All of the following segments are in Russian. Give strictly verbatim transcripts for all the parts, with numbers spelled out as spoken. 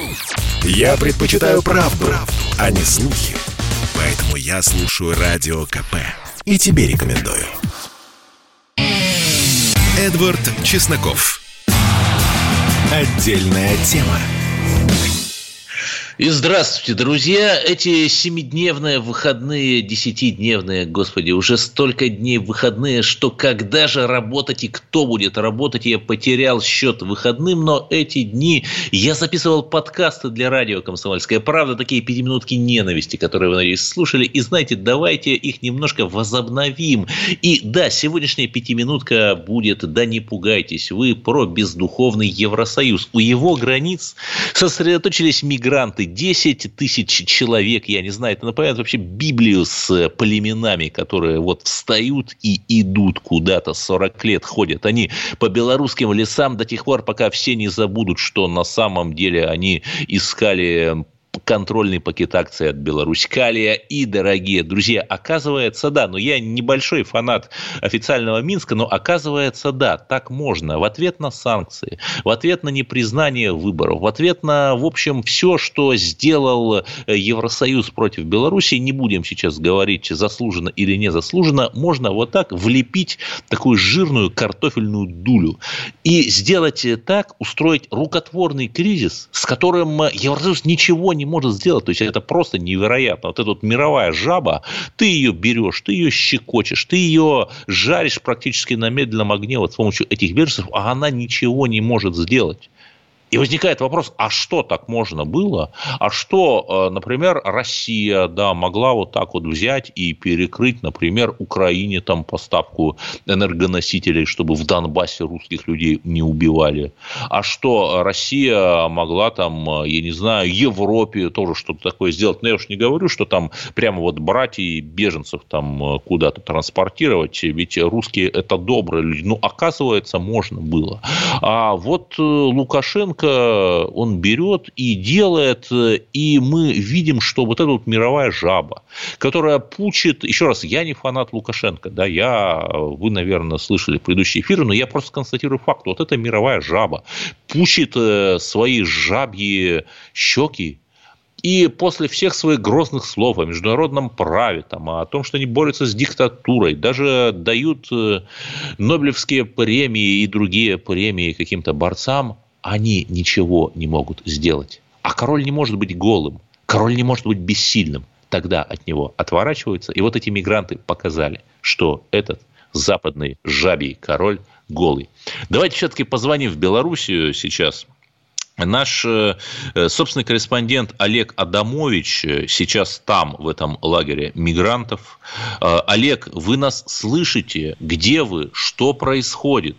Я предпочитаю правду, правду, а не слухи. Поэтому я слушаю Радио КП. И тебе рекомендую. Эдвард Чесноков. Отдельная тема. И здравствуйте, друзья. Эти семидневные выходные, десятидневные, господи, уже столько дней выходные, что когда же работать и кто будет работать, я потерял счет выходным, но эти дни я записывал подкасты для радио «Комсомольская правда», такие пятиминутки ненависти, которые вы, надеюсь, слушали, и знаете, давайте их немножко возобновим. И да, сегодняшняя пятиминутка будет, да не пугайтесь, вы про бездуховный Евросоюз. У его границ сосредоточились мигранты. десять тысяч человек, я не знаю, это напоминает вообще Библию с племенами, которые вот встают и идут куда-то, сорок лет ходят. Они по белорусским лесам до тех пор, пока все не забудут, что на самом деле они искали контрольный пакет акций от Беларусь-Калия. И, дорогие друзья, оказывается, да, но я небольшой фанат официального Минска, но оказывается, да, так можно. В ответ на санкции, в ответ на непризнание выборов, в ответ на, в общем, все, что сделал Евросоюз против Беларуси, не будем сейчас говорить, заслуженно или не заслуженно, можно вот так влепить такую жирную картофельную дулю и сделать так, устроить рукотворный кризис, с которым Евросоюз ничего не может сделать. То есть это просто невероятно. Вот эта вот мировая жаба, ты ее берешь, ты ее щекочешь, ты ее жаришь практически на медленном огне вот с помощью этих вирусов, а она ничего не может сделать. И возникает вопрос, а что так можно было? А что, например, Россия, да, могла вот так вот взять и перекрыть, например, Украине там поставку энергоносителей, чтобы в Донбассе русских людей не убивали? А что Россия могла там, я не знаю, Европе тоже что-то такое сделать? Но я уж не говорю, что там прямо вот брать и беженцев там куда-то транспортировать, ведь русские это добрые люди. Ну, оказывается, можно было. А вот Лукашенко, он берет и делает, и мы видим, что вот эта вот мировая жаба, которая пучит, еще раз, я не фанат Лукашенко, да, я, вы, наверное, слышали предыдущие эфиры, но я просто констатирую факт, вот эта мировая жаба пучит свои жабьи щеки. И после всех своих грозных слов о международном праве, там, о том, что они борются с диктатурой, даже дают Нобелевские премии и другие премии каким-то борцам, они ничего не могут сделать. А король не может быть голым, король не может быть бессильным. Тогда от него отворачиваются. И вот эти мигранты показали, что этот западный жабий король голый. Давайте все-таки позвоним в Белоруссию сейчас. Наш собственный корреспондент Олег Адамович сейчас там, в этом лагере мигрантов. Олег, вы нас слышите? Где вы? Что происходит?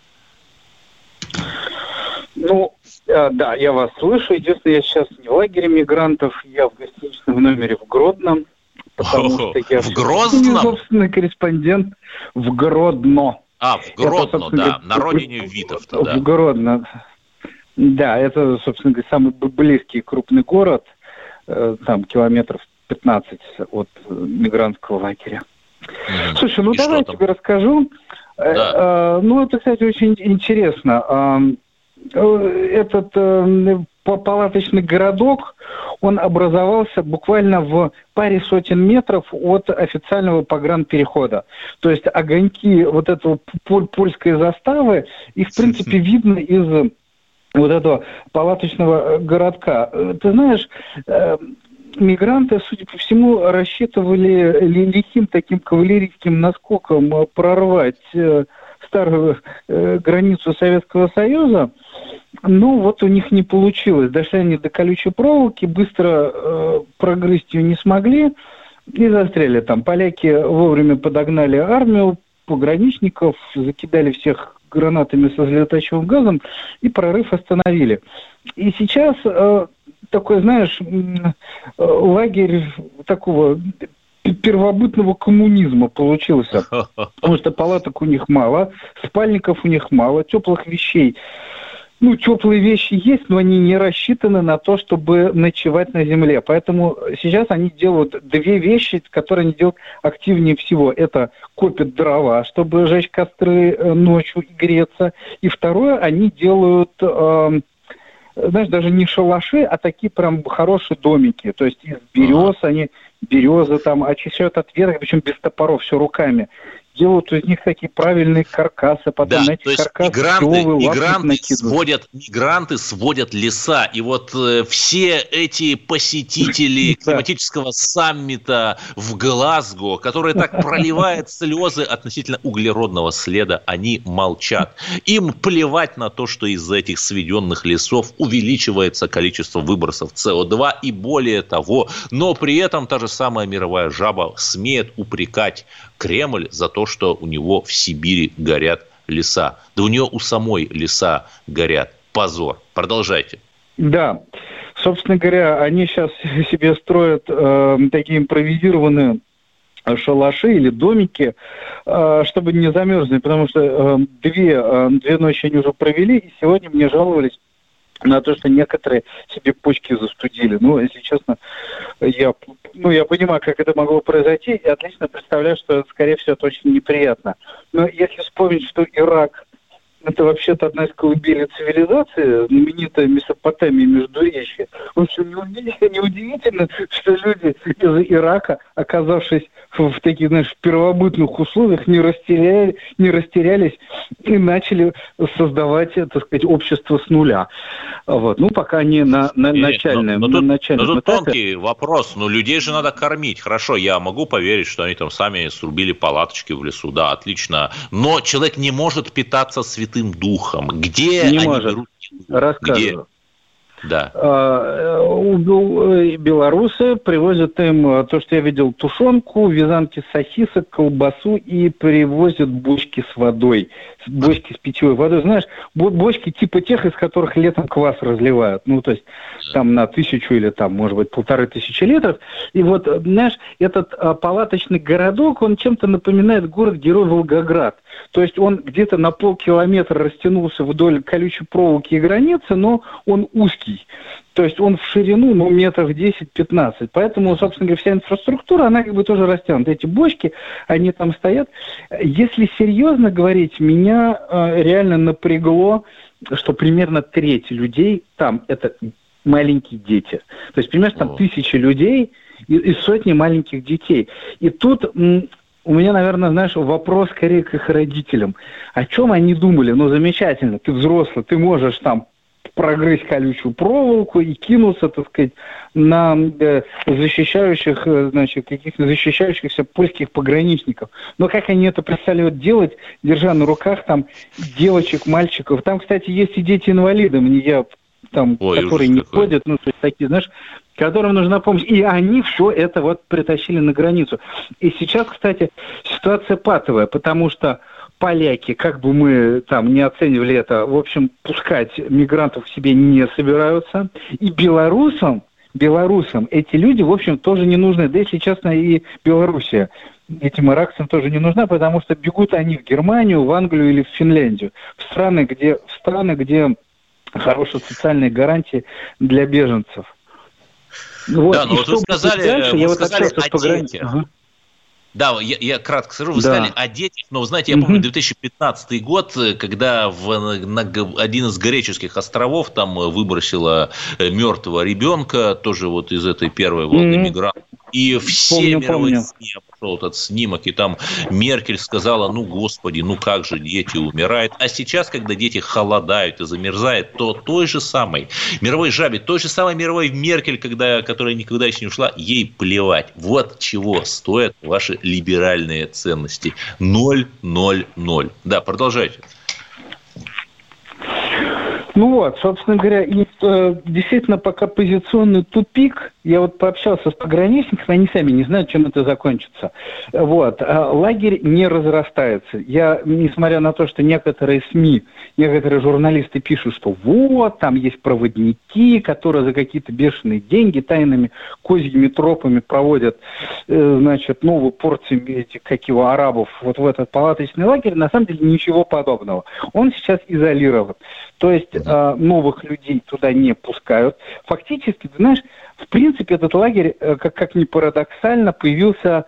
Ну, да, я вас слышу. Единственное, я сейчас не в лагере мигрантов, я в гостиничном номере в Гродно. Потому О, что я в Грозном? собственный корреспондент в Гродно. А, в Гродно, это, да, на родине Витовта, да. В Гродно. Да, это, собственно говоря, самый близкий крупный город, там километров пятнадцать от мигрантского лагеря. Mm-hmm. Слушай, ну И давай я тебе расскажу. Да. Ну, это, кстати, очень интересно. Этот палаточный городок, он образовался буквально в паре сотен метров от официального погранперехода. То есть огоньки вот этого польской заставы, их, в принципе, видно из вот этого палаточного городка. Ты знаешь, мигранты, судя по всему, рассчитывали лихим таким кавалерийским наскоком прорвать старую границу Советского Союза. Но вот у них не получилось. Дошли они до колючей проволоки, быстро э, прогрызть ее не смогли и застряли там. Поляки вовремя подогнали армию, пограничников, закидали всех гранатами со взлетающим газом и прорыв остановили. И сейчас э, такой, знаешь, э, лагерь такого первобытного коммунизма получился. Потому что палаток у них мало, спальников у них мало, теплых вещей. Ну, теплые вещи есть, но они не рассчитаны на то, чтобы ночевать на земле. Поэтому сейчас они делают две вещи, которые они делают активнее всего. Это копят дрова, чтобы жечь костры ночью и греться. И второе, они делают э, знаешь, даже не шалаши, а такие прям хорошие домики. То есть из берез они, березы там очищают от веток, причем без топоров, все руками. Делают из них такие правильные каркасы, потом да, на эти то есть каркасы мигранты, клевые, мигранты, сводят, мигранты сводят леса. И вот э, все эти посетители климатического саммита в Глазго, которые так проливают слезы относительно углеродного следа, они молчат. Им плевать на то, что из-за этих сведенных лесов увеличивается количество выбросов С О два и более того. Но при этом та же самая мировая жаба смеет упрекать Кремль за то, что у него в Сибири горят леса. Да у нее у самой леса горят. Позор. Продолжайте. Да. Собственно говоря, они сейчас себе строят э, такие импровизированные шалаши или домики, э, чтобы не замерзнуть, потому что э, две, э, две ночи они уже провели, и сегодня мне жаловались на то, что некоторые себе почки застудили. Ну, если честно, я, ну, я понимаю, как это могло произойти, и отлично представляю, что, скорее всего, это очень неприятно. Но если вспомнить, что Ирак – это вообще-то одна из колыбелей цивилизации, знаменитая Месопотамия, Междуречье. В общем, неудивительно, неудивительно, что люди из Ирака, оказавшись в, в таких, знаешь, первобытных условиях, не растеряли, не растерялись и начали создавать, так сказать, общество с нуля. Вот. Ну, пока они на, на Нет, начальном, но, но на тут, начальном но тут этапе. тонкий вопрос. Ну, людей же надо кормить. Хорошо, я могу поверить, что они там сами срубили палаточки в лесу. Да, отлично. Но человек не может питаться святым духом. Где не они может. берут? Рассказываю. Где? Да. Белорусы привозят им то, что я видел, тушенку, вязанки сосисок, колбасу и привозят бочки с водой, бочки с питьевой водой. Знаешь, бочки типа тех, из которых летом квас разливают. Ну, то есть там на тысячу или там, может быть, полторы тысячи литров. И вот, знаешь, этот палаточный городок, он чем-то напоминает город-герой Волгоград. То есть он где-то на полкилометра растянулся вдоль колючей проволоки и границы, но он узкий. То есть он в ширину, ну, метров десять-пятнадцать. Поэтому, собственно говоря, вся инфраструктура, она как бы тоже растянута. Эти бочки, они там стоят. Если серьезно говорить, меня э, реально напрягло, что примерно треть людей там это маленькие дети. То есть, понимаешь, там тысячи людей и, и сотни маленьких детей. И тут... М- У меня, наверное, знаешь, вопрос скорее к их родителям. О чем они думали? Ну, замечательно, ты взрослый, ты можешь там прогрызть колючую проволоку и кинуться, так сказать, на э, защищающих, э, значит, каких-то защищающихся польских пограничников. Но как они это представляют делать, держа на руках там девочек, мальчиков? Там, кстати, есть и дети-инвалиды, мне я там, Ой, которые не какой. ходят, ну, то есть такие, знаешь, которым нужна помощь. И они все это вот притащили на границу. И сейчас, кстати, ситуация патовая, потому что поляки, как бы мы там не оценивали это, в общем, пускать мигрантов к себе не собираются. И белорусам, белорусам эти люди, в общем, тоже не нужны. Да, если честно, и Белоруссия этим иракцам тоже не нужна, потому что бегут они в Германию, в Англию или в Финляндию. В страны, где, в страны, где хорошие социальные гарантии для беженцев. Вот. Да, но вот вы сказали, дальше, вы я сказали вот о детях. Ага. Да, я, я кратко скажу, вы да. сказали о детях, но, знаете, я помню две тысячи пятнадцатый год, когда в, на один из греческих островов там выбросило мертвого ребенка, тоже вот из этой первой волны mm-hmm. мигрантов. И все помню, мировые помню. СМИ обошел этот снимок, и там Меркель сказала, ну, господи, ну как же дети умирают. А сейчас, когда дети холодают и замерзают, то той же самой мировой жабе, той же самой мировой Меркель, когда, которая никогда еще не ушла, ей плевать. Вот чего стоят ваши либеральные ценности. Ноль, ноль, ноль. Да, продолжайте. Ну вот, собственно говоря, и, э, действительно пока позиционный тупик. Я вот пообщался с пограничниками, они сами не знают, чем это закончится. Вот, а лагерь не разрастается. Я, несмотря на то, что некоторые СМИ, некоторые журналисты пишут, что вот, там есть проводники, которые за какие-то бешеные деньги тайными козьими тропами проводят, э, значит, новую порцию этих, как его, арабов вот в этот палаточный лагерь. На самом деле ничего подобного. Он сейчас изолирован. То есть э, новых людей туда не пускают. Фактически, ты знаешь, в принципе, этот лагерь, как, как ни парадоксально, появился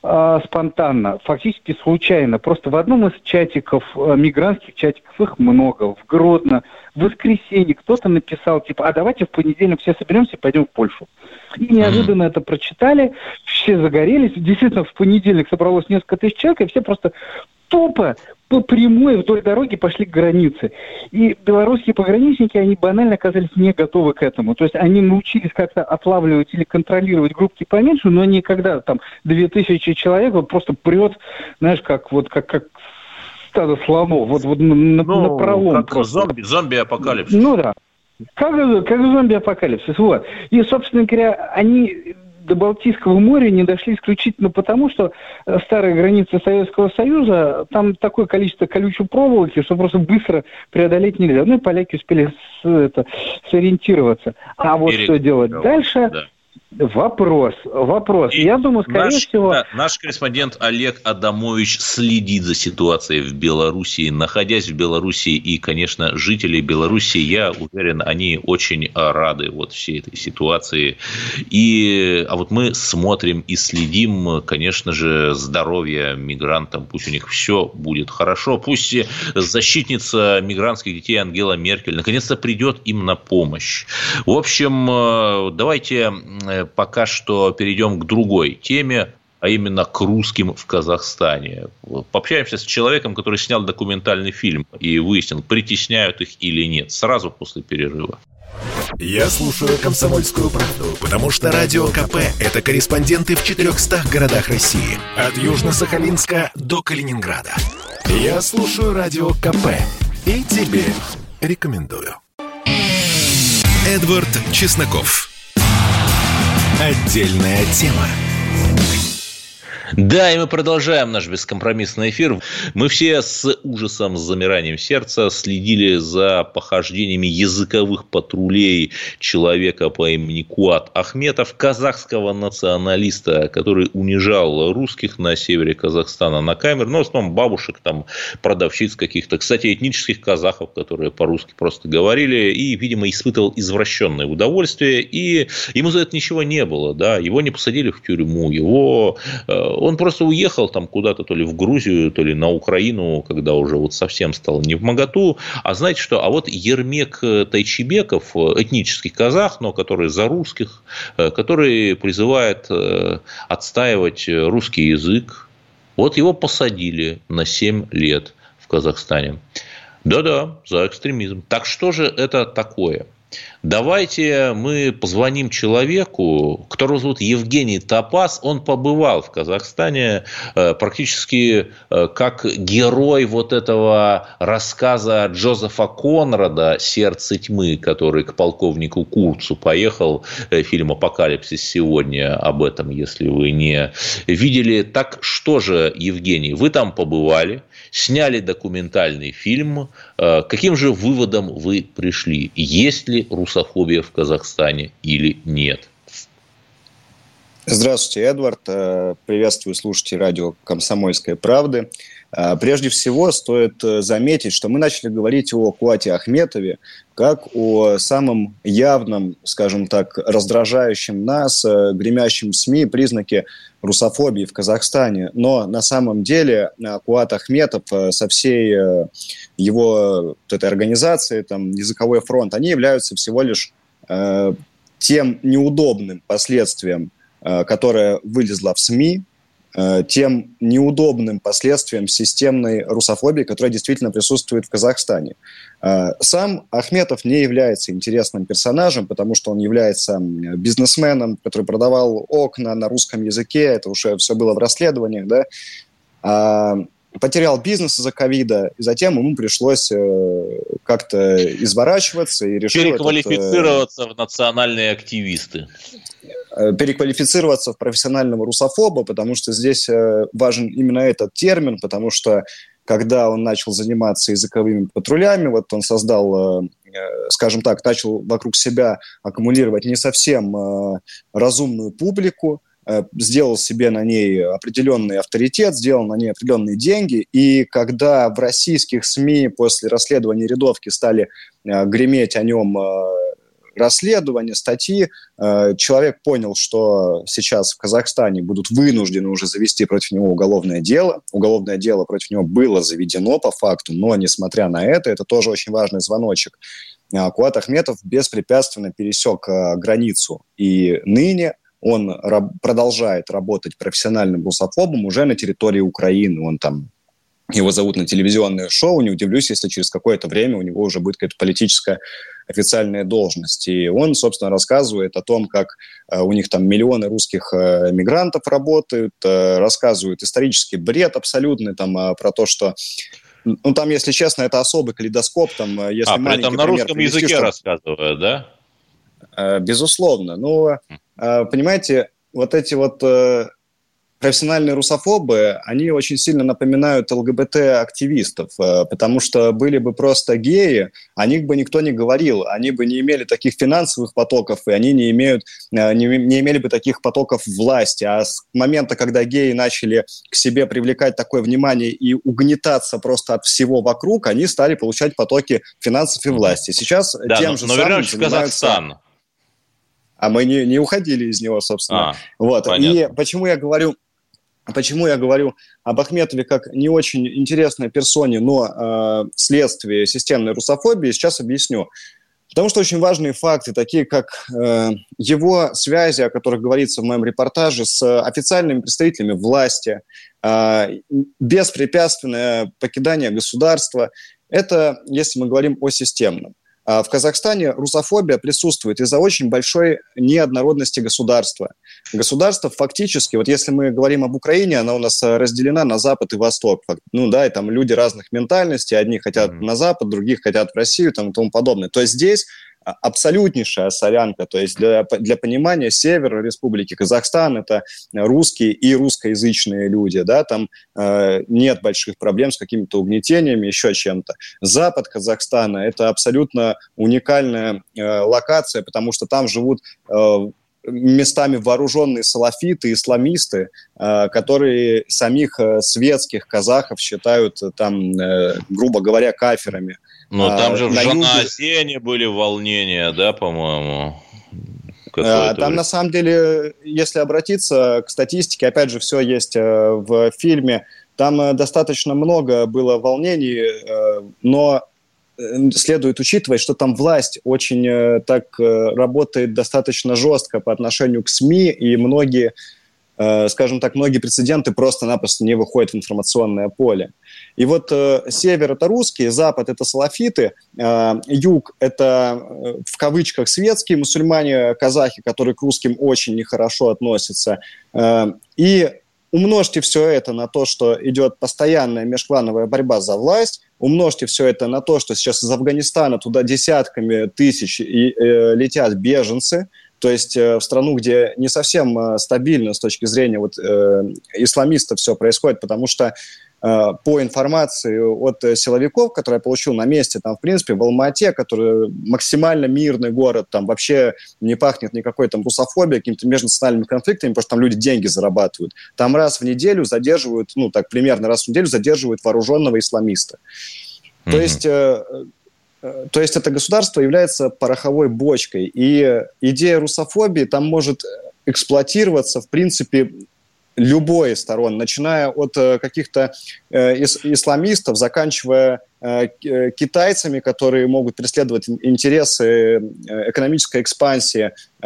э, спонтанно, фактически случайно. Просто в одном из чатиков, э, мигрантских чатиков, их много, в Гродно, в воскресенье кто-то написал, типа, а давайте в понедельник все соберемся и пойдем в Польшу. И неожиданно mm-hmm. это прочитали, все загорелись. Действительно, в понедельник собралось несколько тысяч человек, и все просто тупо по прямой вдоль дороги пошли к границе. И белорусские пограничники, они банально оказались не готовы к этому. То есть они научились как-то отлавливать или контролировать группки поменьше, но никогда там две тысячи человек вот просто прет, знаешь, как вот как, как стадо слонов, вот, вот на, ну, на пролом. Как зомби, зомби-апокалипсис. Ну да. Как, как зомби-апокалипсис. Вот. И, собственно говоря, они до Балтийского моря не дошли исключительно потому, что старые границы Советского Союза, там такое количество колючей проволоки, что просто быстро преодолеть нельзя. Ну и поляки успели с, это, сориентироваться. А вот Перед... что делать да, дальше... Да. Вопрос, вопрос. И Я думаю, скорее наш, всего... Да, наш корреспондент Олег Адамович следит за ситуацией в Белоруссии, находясь в Белоруссии, и, конечно, жители Белоруссии, я уверен, они очень рады вот всей этой ситуации. И, а вот мы смотрим и следим, конечно же, здоровье мигрантам, пусть у них все будет хорошо, пусть защитница мигрантских детей Ангела Меркель наконец-то придет им на помощь. В общем, давайте... пока что перейдем к другой теме, а именно к русским в Казахстане. Пообщаемся с человеком, который снял документальный фильм и выяснил, притесняют их или нет, сразу после перерыва. Я слушаю «Комсомольскую правду», потому что Радио КП – это корреспонденты в четырехстах городах России. От Южно-Сахалинска до Калининграда. Я слушаю Радио КП и тебе рекомендую. Эдвард Чесноков. Отдельная тема. Да, и мы продолжаем наш бескомпромиссный эфир. Мы все с ужасом, с замиранием сердца следили за похождениями языковых патрулей человека по имени Куат Ахметов, казахского националиста, который унижал русских на севере Казахстана на камеру, ну, в основном бабушек, там, продавщиц каких-то, кстати, этнических казахов, которые по-русски просто говорили, и, видимо, испытывал извращенное удовольствие, и ему за это ничего не было, да, его не посадили в тюрьму, его... Он просто уехал там куда-то, то ли в Грузию, то ли на Украину, когда уже вот совсем стал невмоготу. А знаете что? А вот Ермек Тайчибеков, этнический казах, но который за русских, который призывает отстаивать русский язык, вот его посадили на семь лет в Казахстане. Да-да, за экстремизм. Так что же это такое? Давайте мы позвоним человеку, которого зовут Евгений Топас. Он побывал в Казахстане практически как герой вот этого рассказа Джозефа Конрада «Сердце тьмы», который к полковнику Курцу поехал. Фильм «Апокалипсис» сегодня об этом, если вы не видели. Так что же, Евгений, вы там побывали, сняли документальный фильм. Каким же выводом вы пришли? Есть ли русофобия в Казахстане или нет? Здравствуйте, Эдвард. Приветствую слушателей радио «Комсомольской правды». Прежде всего, стоит заметить, что мы начали говорить о Куате Ахметове как о самом явном, скажем так, раздражающем нас, гремящем СМИ признаке русофобии в Казахстане. Но на самом деле Куат Ахметов со всей его вот этой организацией, там, Языковой фронт, они являются всего лишь э, тем неудобным последствием, э, которое вылезло в СМИ, э, тем неудобным последствием системной русофобии, которая действительно присутствует в Казахстане. Э, сам Ахметов не является интересным персонажем, потому что он является бизнесменом, который продавал окна на русском языке, это уже все было в расследованиях, да, а потерял бизнес из-за ковида, и затем ему пришлось э, как-то изворачиваться и решил... Переквалифицироваться этот, э, в национальные активисты. Э, переквалифицироваться в профессионального русофоба, потому что здесь э, важен именно этот термин, потому что когда он начал заниматься языковыми патрулями, вот он создал, э, скажем так, начал вокруг себя аккумулировать не совсем э, разумную публику, сделал себе на ней определенный авторитет, сделал на ней определенные деньги, и когда в российских СМИ после расследования Рядовки стали греметь о нем расследования, статьи. Э, человек понял, что сейчас в Казахстане будут вынуждены уже завести против него уголовное дело. Уголовное дело против него было заведено по факту, но, несмотря на это, это тоже очень важный звоночек. Куат Ахметов беспрепятственно пересек границу, и ныне он раб- продолжает работать профессиональным русофобом уже на территории Украины. Он там, его зовут на телевизионное шоу, не удивлюсь, если через какое-то время у него уже будет какая-то политическая официальная должность. И он, собственно, рассказывает о том, как у них там миллионы русских мигрантов работают, рассказывает исторический бред абсолютный там про то, что ну, там, если честно, это особый калейдоскоп. Там, если а, при этом на русском привести, языке что... рассказывают, да? Безусловно. Но, понимаете, вот эти вот профессиональные русофобы, они очень сильно напоминают ЛГБТ-активистов, потому что были бы просто геи, о них бы никто не говорил, они бы не имели таких финансовых потоков, и они не, имеют, не, не имели бы таких потоков власти. А с момента, когда геи начали к себе привлекать такое внимание и угнетаться просто от всего вокруг, они стали получать потоки финансов и власти. Сейчас да, тем но, же но самым занимаются... Казахстан. А мы не, не уходили из него, собственно. А, вот. Понятно. И почему я говорю... Почему я говорю об Ахметове как не очень интересной персоне, но э, следствие системной русофобии, сейчас объясню. Потому что очень важные факты, такие как э, его связи, о которых говорится в моем репортаже, с официальными представителями власти, э, беспрепятственное покидание государства, это если мы говорим о системном. В Казахстане русофобия присутствует из-за очень большой неоднородности государства. Государство фактически, вот если мы говорим об Украине, она у нас разделена на Запад и Восток. Ну да, и там люди разных ментальностей, одни хотят mm-hmm. на Запад, других хотят в Россию там, и тому подобное. То есть здесь абсолютнейшая солянка. То есть для, для понимания, север Республики Казахстан – это русские и русскоязычные люди. Да? Там э, нет больших проблем с какими-то угнетениями, еще чем-то. Запад Казахстана – это абсолютно уникальная э, локация, потому что там живут э, местами вооруженные салафиты, исламисты, э, которые самих э, светских казахов считают, э, там, э, грубо говоря, кафирами. Но а, там же в Жанаозене были волнения, да, по-моему? А, там, время. На самом деле, если обратиться к статистике, опять же, все есть э, в фильме, там э, достаточно много было волнений, э, но э, следует учитывать, что там власть очень э, так э, работает достаточно жестко по отношению к СМИ, и многие, э, скажем так, многие прецеденты просто-напросто не выходят в информационное поле. И вот э, север – это русские, запад – это салафиты, э, юг – это, э, в кавычках, светские мусульмане, казахи, которые к русским очень нехорошо относятся. Э, и умножьте все это на то, что идет постоянная межклановая борьба за власть, умножьте все это на то, что сейчас из Афганистана туда десятками тысяч и, э, летят беженцы, то есть э, в страну, где не совсем э, стабильно с точки зрения вот, э, исламистов все происходит, потому что по информации от силовиков, которые я получил на месте, там, в принципе, в Алма-Ате, который максимально мирный город, там вообще не пахнет никакой там русофобией, какими-то межнациональными конфликтами, потому что там люди деньги зарабатывают. Там раз в неделю задерживают, ну, так, примерно раз в неделю задерживают вооруженного исламиста. Mm-hmm. То есть... Э, То есть это государство является пороховой бочкой, и идея русофобии там может эксплуатироваться, в принципе, любой из сторон, начиная от э, каких-то э, ис- исламистов, заканчивая э, китайцами, которые могут преследовать интересы э, экономической экспансии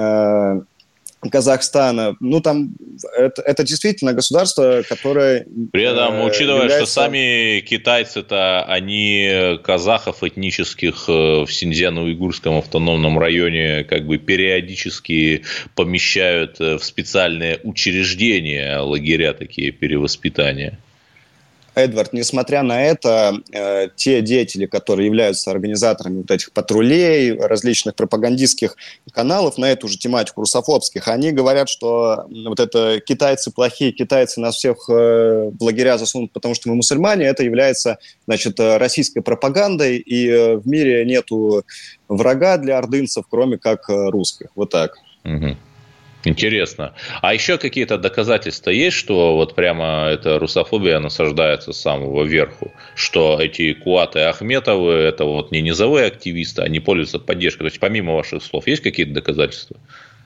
э, Казахстана. Ну, там это, это действительно государство, которое... При этом, э, учитывая, является... что сами китайцы-то, они казахов этнических в Синьцзяно-Уйгурском автономном районе как бы периодически помещают в специальные учреждения, лагеря такие перевоспитания. Эдвард, несмотря на это, э, те деятели, которые являются организаторами вот этих патрулей, различных пропагандистских каналов на эту же тематику русофобских, они говорят, что вот это китайцы плохие, китайцы нас всех э, в лагеря засунут, потому что мы мусульмане, это является, значит, российской пропагандой, и э, в мире нету врага для ордынцев, кроме как э, русских. Вот так. Угу. Интересно. А еще какие-то доказательства есть, что вот прямо эта русофобия насаждается с самого верху? Что эти Куаты Ахметовы, это вот не низовые активисты, они пользуются поддержкой? То есть, помимо ваших слов, есть какие-то доказательства?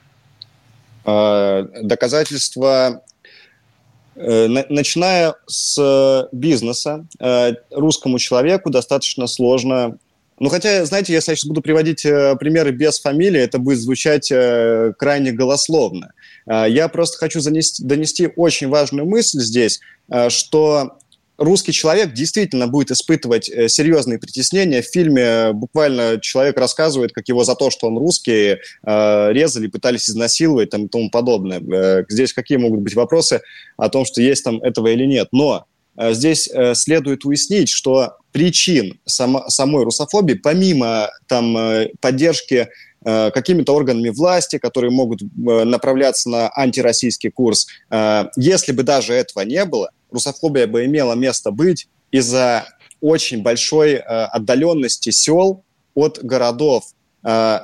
Доказательства... Начиная с бизнеса, русскому человеку достаточно сложно... Ну, хотя, знаете, если я сейчас буду приводить примеры без фамилии, это будет звучать крайне голословно. Я просто хочу занести, донести очень важную мысль здесь, что русский человек действительно будет испытывать серьезные притеснения. В фильме буквально человек рассказывает, как его за то, что он русский, резали, пытались изнасиловать там, и тому подобное. Здесь какие могут быть вопросы о том, что есть там этого или нет. Но здесь следует уяснить, что причин само, самой русофобии, помимо там, поддержки какими-то органами власти, которые могут направляться на антироссийский курс, если бы даже этого не было, русофобия бы имела место быть из-за очень большой отдаленности сел от городов, как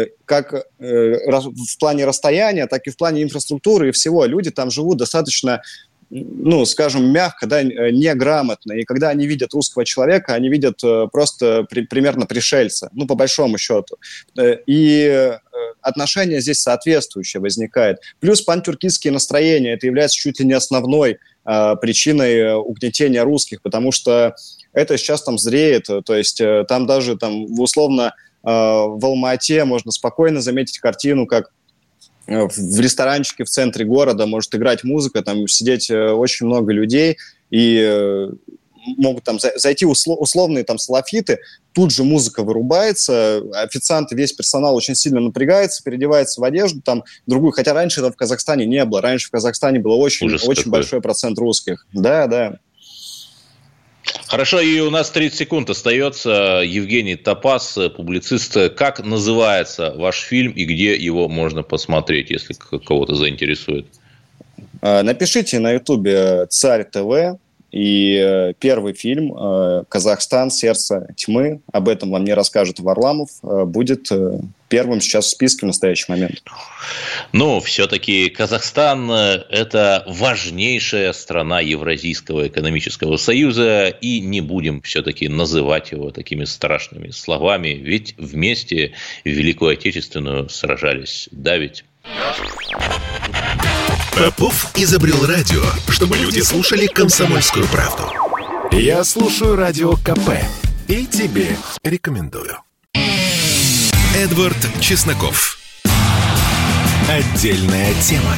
в плане расстояния, так и в плане инфраструктуры и всего. Люди там живут достаточно, ну, скажем, мягко, да, неграмотно. И когда они видят русского человека, они видят просто при, примерно пришельца, ну, по большому счету. И отношение здесь соответствующее возникает. Плюс пантюркистские настроения, это является чуть ли не основной э, причиной угнетения русских, потому что это сейчас там зреет, то есть э, там даже там условно э, в Алма-Ате можно спокойно заметить картину, как в ресторанчике в центре города может играть музыка, там сидеть очень много людей, и могут там зайти услов, условные там салафиты, тут же музыка вырубается, официанты, весь персонал очень сильно напрягается, переодевается в одежду там другую, хотя раньше этого в Казахстане не было, раньше в Казахстане было очень, очень большой процент русских. Да, да. Хорошо, и у нас тридцать секунд остается. Евгений Топас, публицист. Как называется ваш фильм и где его можно посмотреть, если кого-то заинтересует? Напишите на Ютубе «Царь ТВ». И первый фильм «Казахстан. Сердце тьмы», об этом вам не расскажет Варламов, будет первым сейчас в списке в настоящий момент. Ну, все-таки Казахстан – это важнейшая страна Евразийского экономического союза, и не будем все-таки называть его такими страшными словами, ведь вместе в Великую Отечественную сражались. Да ведь? Попов изобрел радио, чтобы люди слушали «Комсомольскую правду». Я слушаю радио КП и тебе рекомендую. Эдвард Чесноков. Отдельная тема.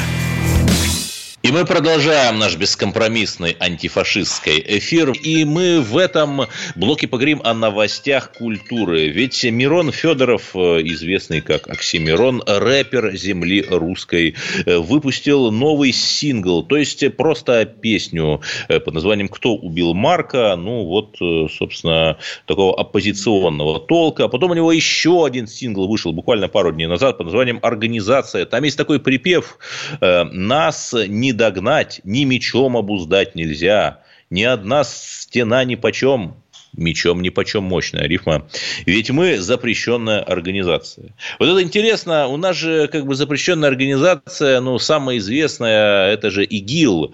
И мы продолжаем наш бескомпромиссный антифашистский эфир. И мы в этом блоке поговорим о новостях культуры. Ведь Мирон Федоров, известный как Оксимирон, рэпер земли русской, выпустил новый сингл. То есть, просто песню под названием «Кто убил Марка?». Ну, вот, собственно, такого оппозиционного толка. А потом у него еще один сингл вышел буквально пару дней назад под названием «Организация». Там есть такой припев: «Нас не догнать, ни мечом обуздать нельзя, ни одна стена нипочем». Мечом нипочем, мощная рифма. Ведь мы запрещенная организация. Вот это интересно, у нас же как бы запрещенная организация, ну, самая известная, это же ИГИЛ.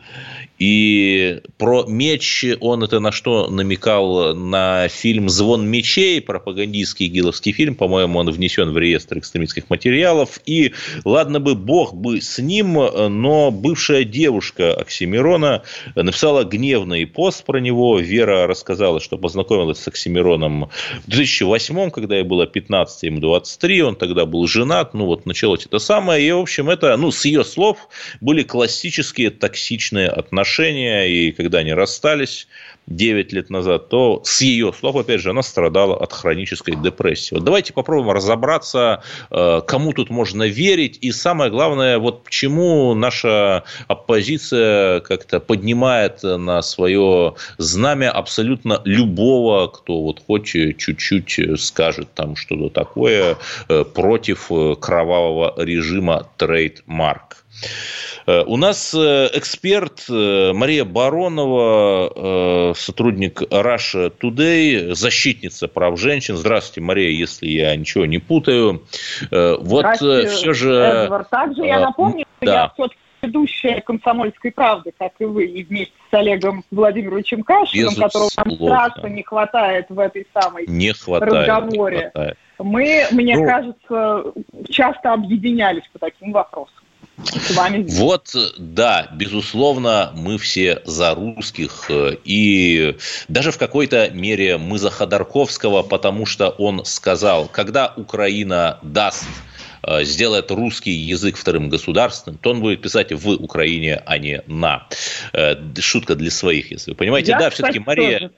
И про меч он это на что намекал? На фильм «Звон мечей», пропагандистский игиловский фильм. По-моему, он внесен в реестр экстремистских материалов. И ладно бы бог бы с ним, но бывшая девушка Оксимирона написала гневный пост про него. Вера рассказала, что познакомилась с Оксимироном в две тысячи восьмом, когда ей было пятнадцать, ему двадцать три. Он тогда был женат. Ну, вот началось это самое. И, в общем, это, ну, с ее слов, были классические токсичные отношения. И когда они расстались девять лет назад, то с ее слов, опять же, она страдала от хронической депрессии. Вот давайте попробуем разобраться, кому тут можно верить. И самое главное, вот почему наша оппозиция как-то поднимает на свое знамя абсолютно любого, кто вот хоть чуть-чуть скажет там что-то такое против кровавого режима трейдмарк. У нас эксперт Мария Баронова, сотрудник Russia Today, защитница прав женщин. Здравствуйте, Мария, если я ничего не путаю. Вот все же... Эдвард. Также я напомню, что да. я все-таки ведущая «Комсомольской правды», как и вы, и вместе с Олегом Владимировичем Кашиным, которого нам страшно не хватает в этой самой не хватает, разговоре. Не хватает. Мы, мне ну, кажется, часто объединялись по таким вопросам. С вами. Вот, да, безусловно, мы все за русских, и даже в какой-то мере мы за Ходорковского, потому что он сказал, когда Украина даст, сделает русский язык вторым государственным, то он будет писать в Украине, а не на. Шутка для своих, если вы понимаете. Я, да, все-таки Мария... Тоже.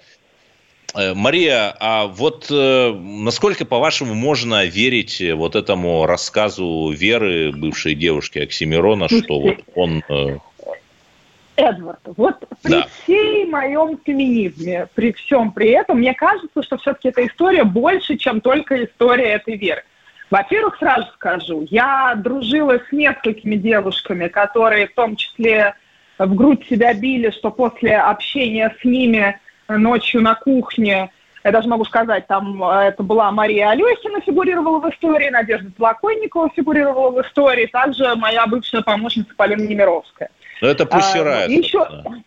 Мария, а вот э, насколько, по-вашему, можно верить вот этому рассказу Веры, бывшей девушки Оксимирона, что вот он... Э... Эдвард, вот при да. всей моем феминизме, при всем при этом, мне кажется, что все-таки эта история больше, чем только история этой Веры. Во-первых, сразу скажу, я дружила с несколькими девушками, которые в том числе в грудь себя били, что после общения с ними... ночью на кухне, я даже могу сказать, там это была Мария Алехина, фигурировала в истории, Надежда Толоконникова фигурировала в истории, также моя бывшая помощница Полина Немировская. Но это Pussy Riot. А, еще,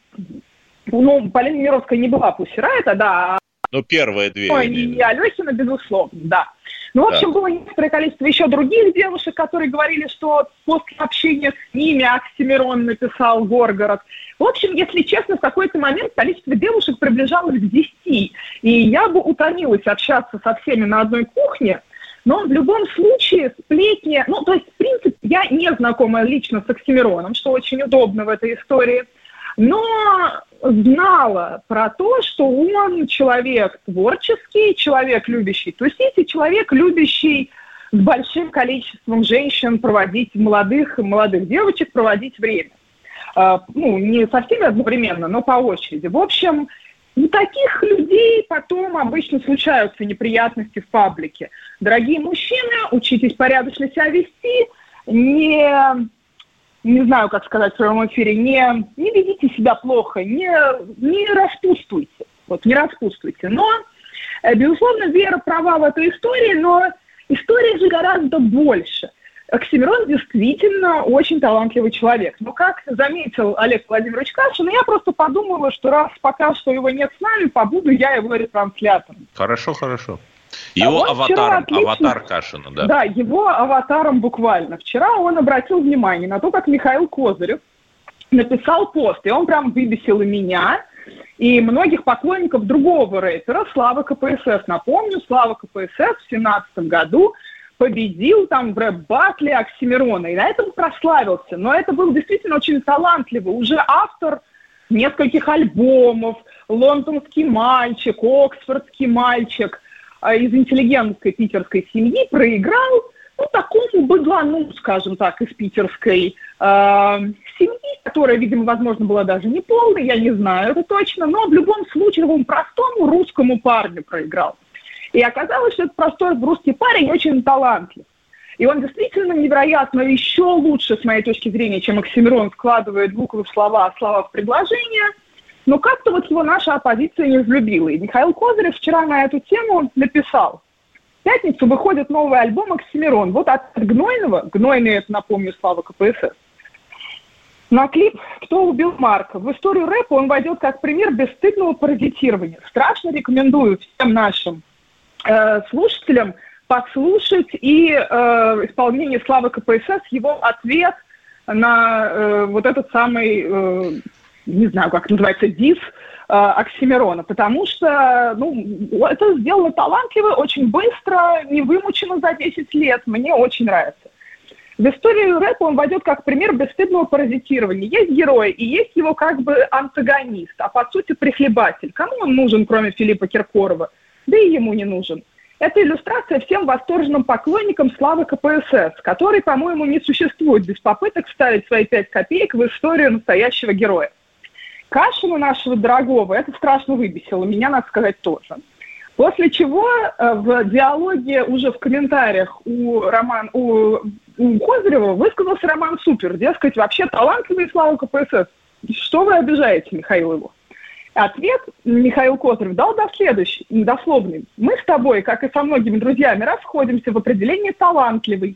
ну, Полина Немировская не была Pussy Riot, да. Ну, первые две. Ну, и Алехина, безусловно, да. Ну, в общем, да. было некоторое количество еще других девушек, которые говорили, что после общения с ними Оксимирон написал Горгород. В общем, если честно, в какой-то момент количество девушек приближалось к десяти. И я бы утомилась общаться со всеми на одной кухне, но в любом случае сплетни... Ну, то есть, в принципе, я не знакома лично с Оксимироном, что очень удобно в этой истории, но знала про то, что он человек творческий, человек, любящий тусить, и человек, любящий с большим количеством женщин проводить, молодых молодых девочек проводить время. Uh, ну, не со всеми одновременно, но по очереди. В общем, у таких людей потом обычно случаются неприятности в паблике. Дорогие мужчины, учитесь порядочно себя вести, не, не знаю, как сказать в своем эфире, не, не ведите себя плохо, не, не распутствуйте. Вот, не распутствуйте. Но, безусловно, Вера права в этой истории, но история же гораздо больше. Оксимирон действительно очень талантливый человек. Но, как заметил Олег Владимирович Кашин, я просто подумала, что раз пока что его нет с нами, побуду я его ретранслятором. Хорошо, хорошо. Его а аватаром, отлично... аватар Кашина, да. Да, его аватаром буквально. Вчера он обратил внимание на то, как Михаил Козырев написал пост, и он прям выбесил и меня, и многих поклонников другого рэпера, Славы КПСС. Напомню, Слава КПСС в две тысячи семнадцатом году победил там в рэп-баттле Оксимирона, и на этом прославился. Но это был действительно очень талантливый, уже автор нескольких альбомов, «Лондонский мальчик», «Оксфордский мальчик», из интеллигентской питерской семьи, проиграл, ну, такому быдлану, скажем так, из питерской э, семьи, которая, видимо, возможно, была даже не полной, я не знаю это точно, но в любом случае он простому русскому парню проиграл. И оказалось, что этот простой русский парень очень талантлив. И он действительно невероятно еще лучше, с моей точки зрения, чем Оксимирон, складывает буквы в слова, слова в предложения. Но как-то вот его наша оппозиция не взлюбила. И Михаил Козырев вчера на эту тему написал. В пятницу выходит новый альбом «Оксимирон». Вот от Гнойного, Гнойный, это, напомню, Слава КПСС, на клип «Кто убил Марка». В историю рэпа он войдет как пример бесстыдного паразитирования. Страшно рекомендую всем нашим э, слушателям послушать и э, исполнение Славы КПСС, его ответ на э, вот этот самый, э, не знаю, как называется, дис э, Оксимирона. Потому что ну, это сделано талантливо, очень быстро, не вымучено за десять лет. Мне очень нравится. В историю рэпа он войдет как пример бесстыдного паразитирования. Есть герой, и есть его как бы антагонист, а по сути прихлебатель. Кому он нужен, кроме Филиппа Киркорова? Да и ему не нужен. Это иллюстрация всем восторженным поклонникам Славы КПСС, который, по-моему, не существует без попыток вставить свои пять копеек в историю настоящего героя. Кашина нашего дорогого это страшно выбесило, меня, надо сказать, тоже. После чего в диалоге уже в комментариях у, Роман, у, у Козырева высказался Роман Супер, дескать, вообще талантливый Слава КПСС. Что вы обижаете, Михаил, его? Ответ Михаил Козырев дал до следующий, дословный. Мы с тобой, как и со многими друзьями, расходимся в определении талантливый.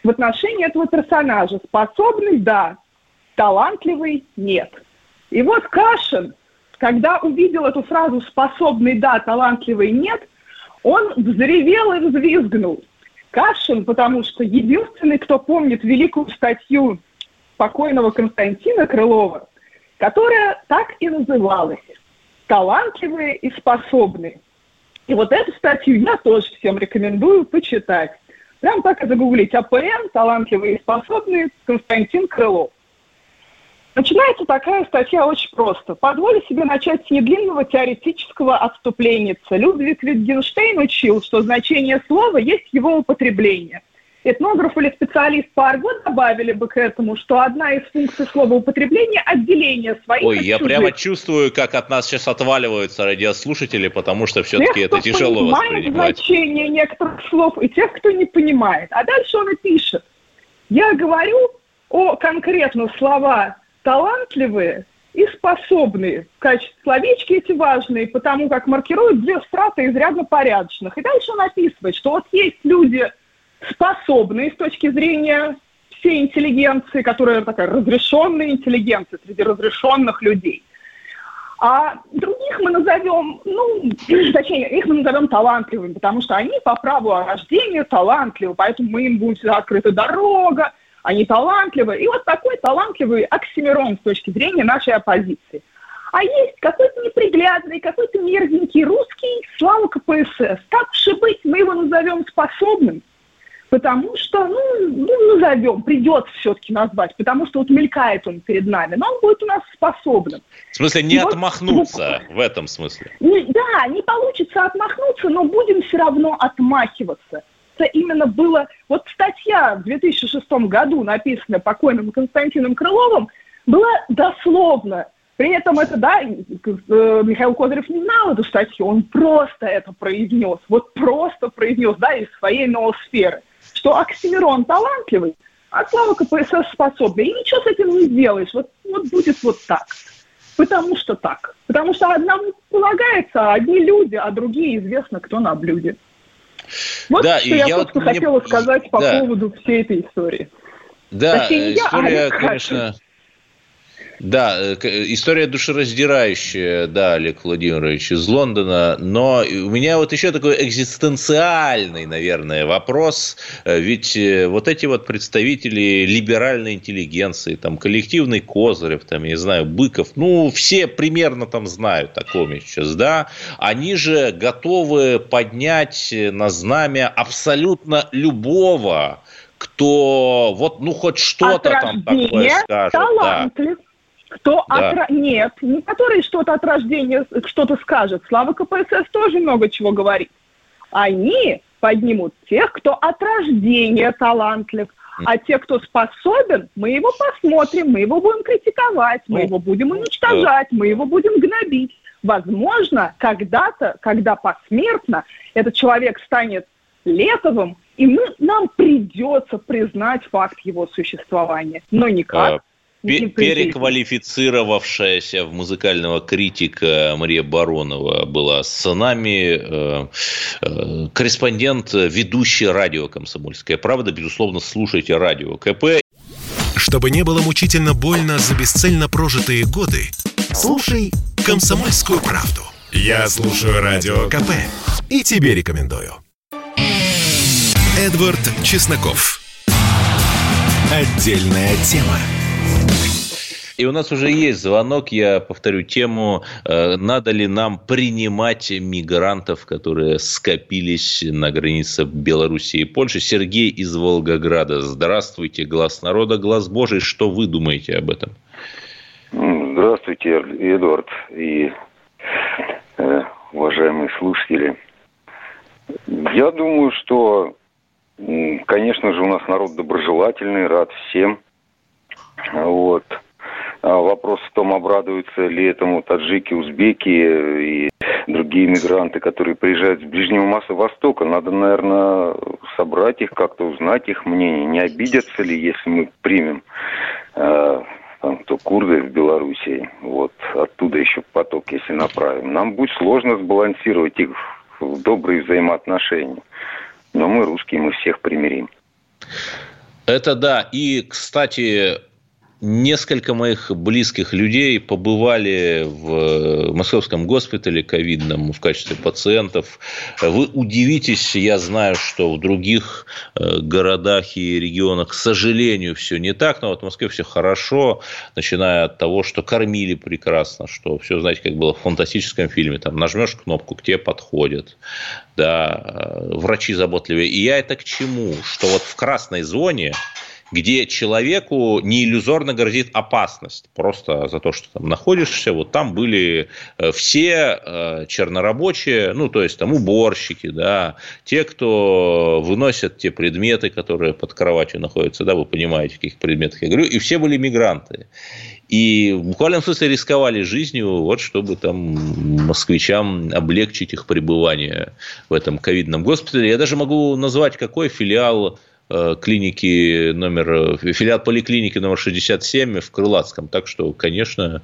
в отношении этого персонажа. Способный – да, талантливый – нет. И вот Кашин, когда увидел эту фразу «способный – да, талантливый – нет», он взревел и взвизгнул. Кашин, потому что единственный, кто помнит великую статью покойного Константина Крылова, которая так и называлась «Талантливые и способные». И вот эту статью я тоже всем рекомендую почитать. Прям так и загуглить. АПН, талантливые и способные, Константин Крылов. Начинается такая статья очень просто. Позволю себе начать с недлинного теоретического отступления. Людвиг Витгенштейн учил, что значение слова есть его употребление. Этнограф или специалист по арго добавили бы к этому, что одна из функций слова употребления – отделение своих Ой, от я чужих. прямо чувствую, как от нас сейчас отваливаются радиослушатели, потому что все-таки это тяжело воспринимать. Тех, кто понимает значение некоторых слов, и тех, кто не понимает. А дальше он и пишет. Я говорю о конкретно слова талантливые и способные. В качестве словечки эти важные, потому как маркируют две страты изрядно порядочных. И дальше он описывает, что вот есть люди способные с точки зрения всей интеллигенции, которая такая разрешенная интеллигенция среди разрешенных людей. А других мы назовем, ну, точнее, их мы назовем талантливыми, потому что они по праву рождения талантливы, поэтому мы им будет всегда открыта дорога, они талантливы. И вот такой талантливый оксимирон с точки зрения нашей оппозиции. А есть какой-то неприглядный, какой-то мерзенький русский Слава КПСС. Так уж и быть, мы его назовем способным. Потому что, ну, ну, назовем, придется все-таки назвать, потому что вот мелькает он перед нами, но он будет у нас способным. В смысле, не и отмахнуться вот, в этом смысле? Не, да, не получится отмахнуться, но будем все равно отмахиваться. Это именно было... Вот статья в две тысячи шестом году, написанная покойным Константином Крыловым, была дословно. При этом это, да, Михаил Козырев не знал эту статью, он просто это произнес, вот просто произнес, да, из своей ноосферы, что оксимирон талантливый, а Слава КПСС способный. И ничего с этим не сделаешь. Вот, вот будет вот так. Потому что так. Потому что одному полагается, одни люди, а другие известно, кто на блюде. Вот да, что я, я собственно, вот хотела мне... сказать по да. поводу всей этой истории. Да, Точнее, история, я, конечно... Да, история душераздирающая, да, Олег Владимирович, из Лондона, но у меня вот еще такой экзистенциальный, наверное, вопрос, ведь вот эти вот представители либеральной интеллигенции, там, коллективный Козырев, там, я не знаю, Быков, ну, все примерно там знают о коме сейчас, да, они же готовы поднять на знамя абсолютно любого, кто вот, ну, хоть что-то там такое скажет. Талантлив. Да. Кто да. от... Нет, не который что-то от рождения что-то скажет. Слава КПСС тоже много чего говорит. Они поднимут тех, кто от рождения талантлив. А те, кто способен, мы его посмотрим, мы его будем критиковать, мы его будем уничтожать, мы его будем гнобить. Возможно, когда-то, когда посмертно, этот человек станет Летовым, и мы, нам придется признать факт его существования. Но никак. Переквалифицировавшаяся в музыкального критика Мария Баронова была с нами, э, э, корреспондент, ведущий радио «Комсомольская правда». Безусловно, слушайте радио КП. Чтобы не было мучительно больно за бесцельно прожитые годы, слушай «Комсомольскую правду». Я слушаю радио КП и тебе рекомендую. Эдвард Чесноков. Отдельная тема. И у нас уже есть звонок, я повторю тему, э, надо ли нам принимать мигрантов, которые скопились на границе Белоруссии и Польши. Сергей из Волгограда. Здравствуйте, глас народа, глаз Божий. Что вы думаете об этом? Здравствуйте, Эдвард и э, уважаемые слушатели. Я думаю, что, конечно же, у нас народ доброжелательный, рад всем. Вот. А вопрос в том, обрадуются ли этому таджики, узбеки и другие мигранты, которые приезжают с Ближнего Востока. Надо, наверное, собрать их, как-то узнать их мнение. Не обидятся ли, если мы примем э, там, то курды в Белоруссии, вот оттуда еще поток, если направим. Нам будет сложно сбалансировать их в добрые взаимоотношения. Но мы, русские, мы всех примирим. Это да. И, кстати, несколько моих близких людей побывали в московском госпитале ковидном в качестве пациентов. Вы удивитесь, я знаю, что в других городах и регионах, к сожалению, все не так, но вот в Москве все хорошо, начиная от того, что кормили прекрасно, что все, знаете, как было в фантастическом фильме, там нажмешь кнопку, к тебе подходят, да, врачи заботливые. И я это к чему? Что вот в красной зоне, где человеку не иллюзорно грозит опасность, просто за то, что там находишься, вот там были все чернорабочие, ну, то есть там уборщики, да, те, кто выносят те предметы, которые под кроватью находятся, да, вы понимаете, о каких предметах я говорю, и все были мигранты. И в буквальном смысле рисковали жизнью, вот, чтобы там москвичам облегчить их пребывание в этом ковидном госпитале. Я даже могу назвать, какой филиал клиники номер, филиал поликлиники номер шестьдесят семь в Крылатском. Так что, конечно,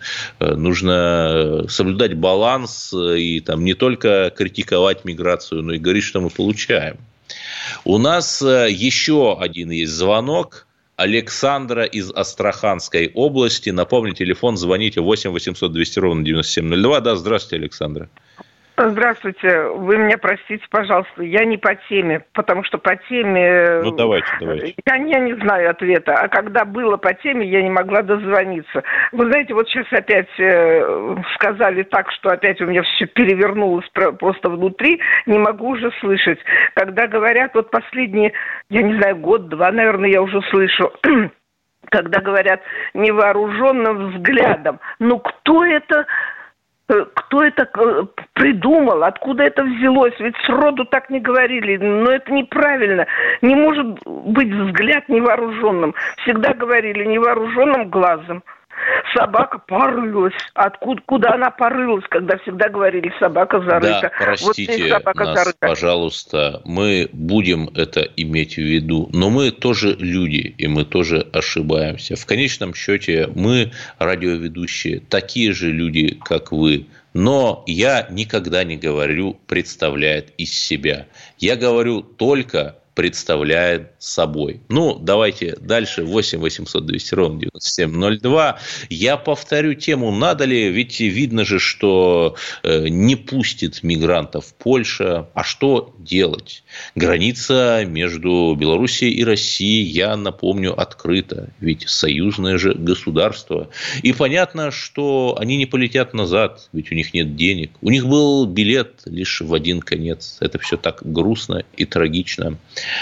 нужно соблюдать баланс и там не только критиковать миграцию, но и говорить, что мы получаем. У нас еще один есть звонок. Александра из Астраханской области. Напомню, телефон, звоните восемь восемьсот двести ровно девяносто семь ноль два. Да, здравствуйте, Александра. Здравствуйте. Вы меня простите, пожалуйста, я не по теме, потому что по теме... Ну, давайте, давайте. Я, я не знаю ответа, а когда было по теме, я не могла дозвониться. Вы знаете, вот сейчас опять э, сказали так, что опять у меня все перевернулось просто внутри, не могу уже слышать. Когда говорят, вот последние, я не знаю, год-два, наверное, я уже слышу... Когда говорят невооруженным взглядом. Ну, кто это... Кто это придумал? Откуда это взялось? Ведь сроду так не говорили. Но это неправильно. Не может быть взгляд невооруженным. Всегда говорили невооруженным глазом. Собака порылась. Откуда, куда она порылась, когда всегда говорили, собака зарыта. Да, простите вот собака нас, зарыта. Пожалуйста, мы будем это иметь в виду, но мы тоже люди, и мы тоже ошибаемся. В конечном счете мы, радиоведущие, такие же люди, как вы. Но я никогда не говорю «представляет из себя». Я говорю только представляет собой. Ну, давайте дальше. восемь восемьсот двести ровно девяносто семь ноль два. Я повторю тему, надо ли, ведь видно же, что не пустит мигрантов Польша. А что делать? Граница между Белоруссией и Россией, я напомню, открыта. Ведь союзное же государство. И понятно, что они не полетят назад, ведь у них нет денег. У них был билет лишь в один конец. Это все так грустно и трагично.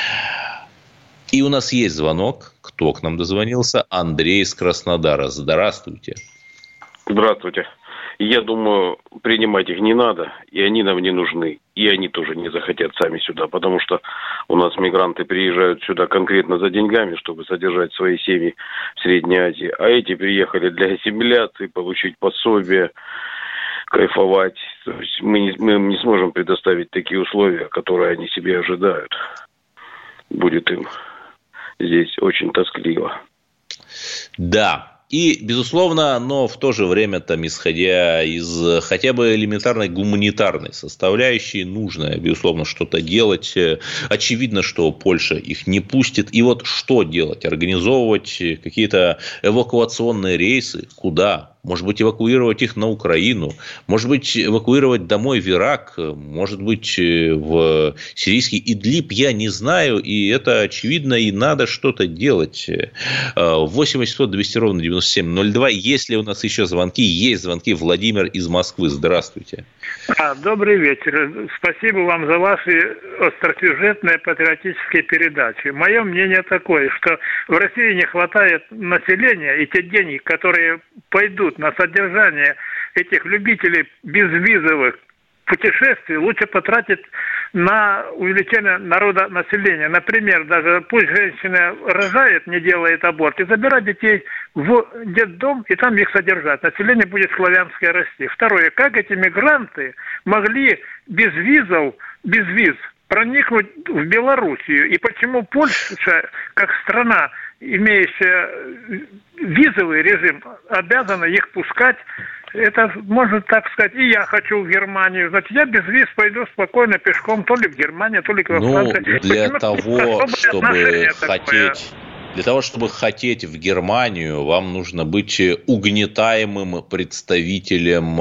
И у нас есть звонок. Кто к нам дозвонился? Андрей из Краснодара. Здравствуйте. Здравствуйте. Я думаю, принимать их не надо, и они нам не нужны. И они тоже не захотят сами сюда, потому что у нас мигранты приезжают сюда конкретно за деньгами, чтобы содержать свои семьи в Средней Азии. А эти приехали для ассимиляции, получить пособие, кайфовать. То есть мы не, мы не сможем предоставить такие условия, которые они себе ожидают. Будет им здесь очень тоскливо. Да. И, безусловно, но в то же время, там, исходя из хотя бы элементарной гуманитарной составляющей, нужно, безусловно, что-то делать. Очевидно, что Польша их не пустит. И вот что делать? Организовывать какие-то эвакуационные рейсы? Куда? Может быть, эвакуировать их на Украину, может быть, эвакуировать домой в Ирак, может быть, в сирийский Идлиб, я не знаю, и это очевидно, и надо что-то делать. восемь восемьсот двести ровно девяносто семь ноль два. Есть ли у нас еще звонки? Есть звонки. Владимир из Москвы. Здравствуйте. А, добрый вечер. Спасибо вам за ваши остросюжетные патриотические передачи. Мое мнение такое, что в России не хватает населения, и те деньги, которые пойдут на содержание этих любителей безвизовых путешествий, лучше потратить на увеличение народа населения. Например, даже пусть женщина рожает, не делает аборт, и забирать детей в детдом, и там их содержать. Население будет славянское расти. Второе, как эти мигранты могли без визов, без виз проникнуть в Белоруссию, и почему Польша, как страна, имеющая визовый режим, обязана их пускать. Это, можно так сказать, и я хочу в Германию. Значит, я без виз пойду спокойно пешком то ли в Германию, то ли во Францию. Ну, для Почему того, чтобы хотеть Для того, чтобы хотеть в Германию, вам нужно быть угнетаемым представителем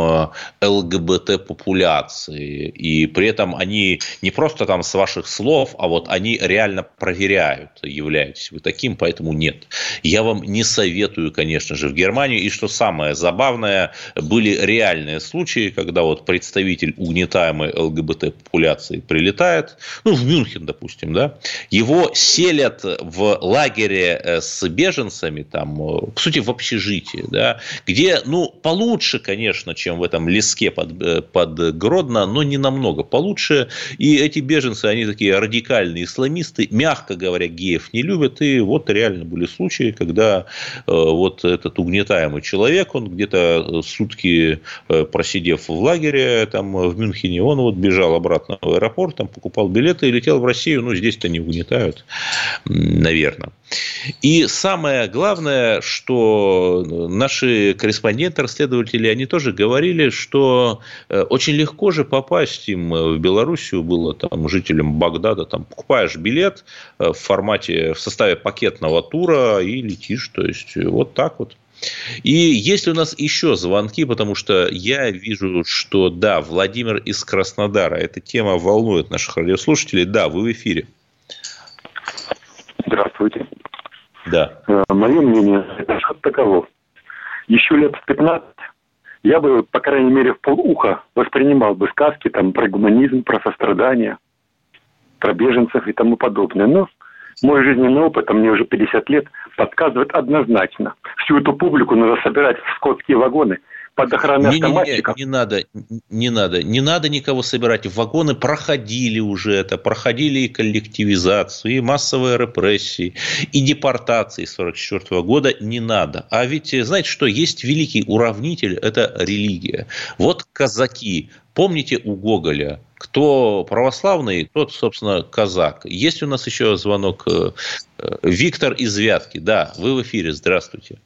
ЛГБТ-популяции. И при этом они не просто там с ваших слов, а вот они реально проверяют, являетесь вы таким, поэтому нет. Я вам не советую, конечно же, в Германию. И что самое забавное, были реальные случаи, когда вот представитель угнетаемой ЛГБТ-популяции прилетает, ну, в Мюнхен, допустим, да, его селят в лагере с беженцами, там, по сути, в общежитии, да, где, ну, получше, конечно, чем в этом леске под, под Гродно, но не намного получше. И эти беженцы, они такие радикальные исламисты, мягко говоря, геев не любят. И вот реально были случаи, когда э, вот этот угнетаемый человек, он где-то сутки э, просидев в лагере там в Мюнхене, он вот бежал обратно в аэропорт, там покупал билеты и летел в Россию. Ну, здесь-то не угнетают, наверное. И самое главное, что наши корреспонденты, расследователи, они тоже говорили, что очень легко же попасть им в Белоруссию было, там, жителям Багдада, там, покупаешь билет в формате, в составе пакетного тура и летишь, то есть, вот так вот. И есть ли у нас еще звонки, потому что я вижу, что, да, Владимир из Краснодара, эта тема волнует наших радиослушателей, да, вы в эфире. Здравствуйте. Да. Мое мнение, это что-то таково. Еще лет в пятнадцать я бы, по крайней мере, в полуха воспринимал бы сказки там, про гуманизм, про сострадание, про беженцев и тому подобное. Но мой жизненный опыт, а мне уже пятьдесят лет, подсказывает однозначно. Всю эту публику надо собирать в скотские вагоны под охраной не, автоматчиков. Не, не, не надо, не надо, не надо никого собирать в вагоны. Проходили уже это, проходили и коллективизацию, и массовые репрессии, и депортации сорок четвёртого года. Не надо. А ведь, знаете что, есть великий уравнитель, это религия. Вот казаки. Помните у Гоголя, кто православный, тот, собственно, казак. Есть у нас еще звонок. Виктор из Вятки. Да, вы в эфире. Здравствуйте.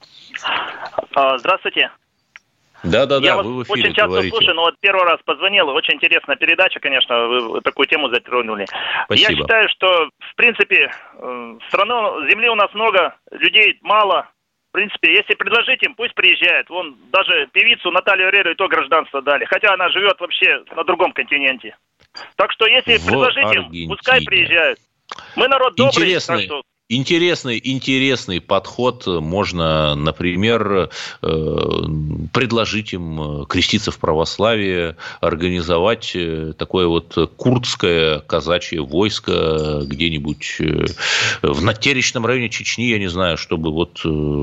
Здравствуйте. Да, да, я да, вас вы в эфире очень часто говорите. слушаю, но вот первый раз позвонил. Очень интересная передача, конечно, вы такую тему затронули. Спасибо. Я считаю, что, в принципе, страны, земли у нас много, людей мало. В принципе, если предложить им, пусть приезжают. Вон даже певицу Наталью Орейро и то гражданство дали. Хотя она живет вообще на другом континенте. Так что, если в предложить Аргентине. им, пускай приезжают. Мы народ добрый, Интересный. так что... Интересный, интересный подход. Можно, например, предложить им креститься в православие, организовать такое вот курдское казачье войско где-нибудь в натеричном районе Чечни, я не знаю, чтобы вот...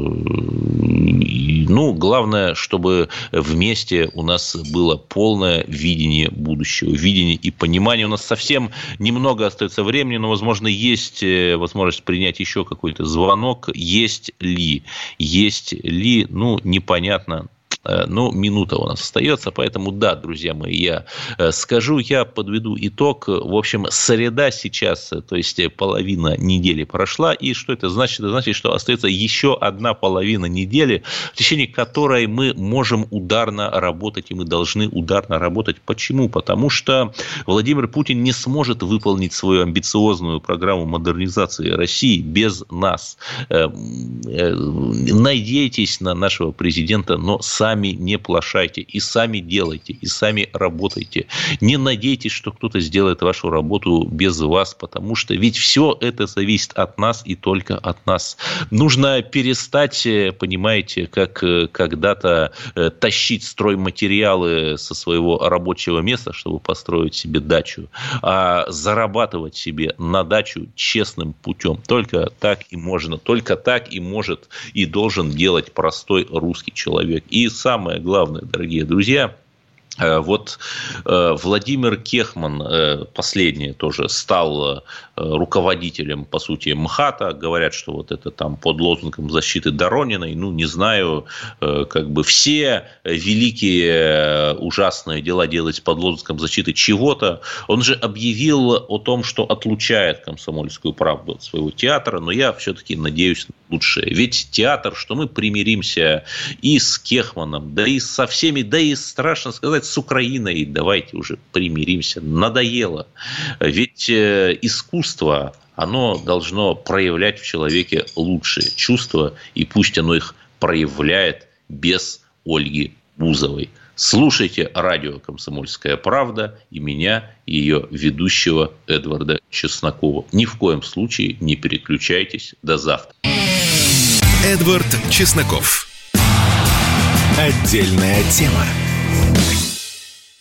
Ну, главное, чтобы вместе у нас было полное видение будущего, видение и понимание. У нас совсем немного остается времени, но, возможно, есть возможность принять еще какой-то звонок. Есть ли? Есть ли? Ну, непонятно. Ну, минута у нас остается, поэтому да, друзья мои, я скажу, я подведу итог. В общем, среда сейчас, то есть половина недели прошла, и что это значит? Это значит, что остается еще одна половина недели, в течение которой мы можем ударно работать, и мы должны ударно работать. Почему? Потому что Владимир Путин не сможет выполнить свою амбициозную программу модернизации России без нас. Надейтесь на нашего президента, но сами не плашайте, и сами делайте, и сами работайте. Не надейтесь, что кто-то сделает вашу работу без вас, потому что ведь все это зависит от нас и только от нас. Нужно перестать, понимаете, как когда-то тащить стройматериалы со своего рабочего места, чтобы построить себе дачу, а зарабатывать себе на дачу честным путем. Только так и можно, только так и может и должен делать простой русский человек. И самое главное, дорогие друзья, вот Владимир Кехман, последний тоже, стал руководителем, по сути, МХАТа. Говорят, что вот это там под лозунгом защиты Дорониной. Ну, не знаю, как бы все великие ужасные дела делать под лозунгом защиты чего-то. Он же объявил о том, что отлучает «Комсомольскую правду» от своего театра. Но я все-таки надеюсь на лучшее. Ведь театр, что мы примиримся и с Кехманом, да и со всеми, да и, страшно сказать, с Украиной. Давайте уже примиримся. Надоело. Ведь искусство, оно должно проявлять в человеке лучшие чувства, и пусть оно их проявляет без Ольги Бузовой. Слушайте радио «Комсомольская правда» и меня, и ее ведущего Эдварда Чеснокова. Ни в коем случае не переключайтесь. До завтра. Эдвард Чесноков. Отдельная тема.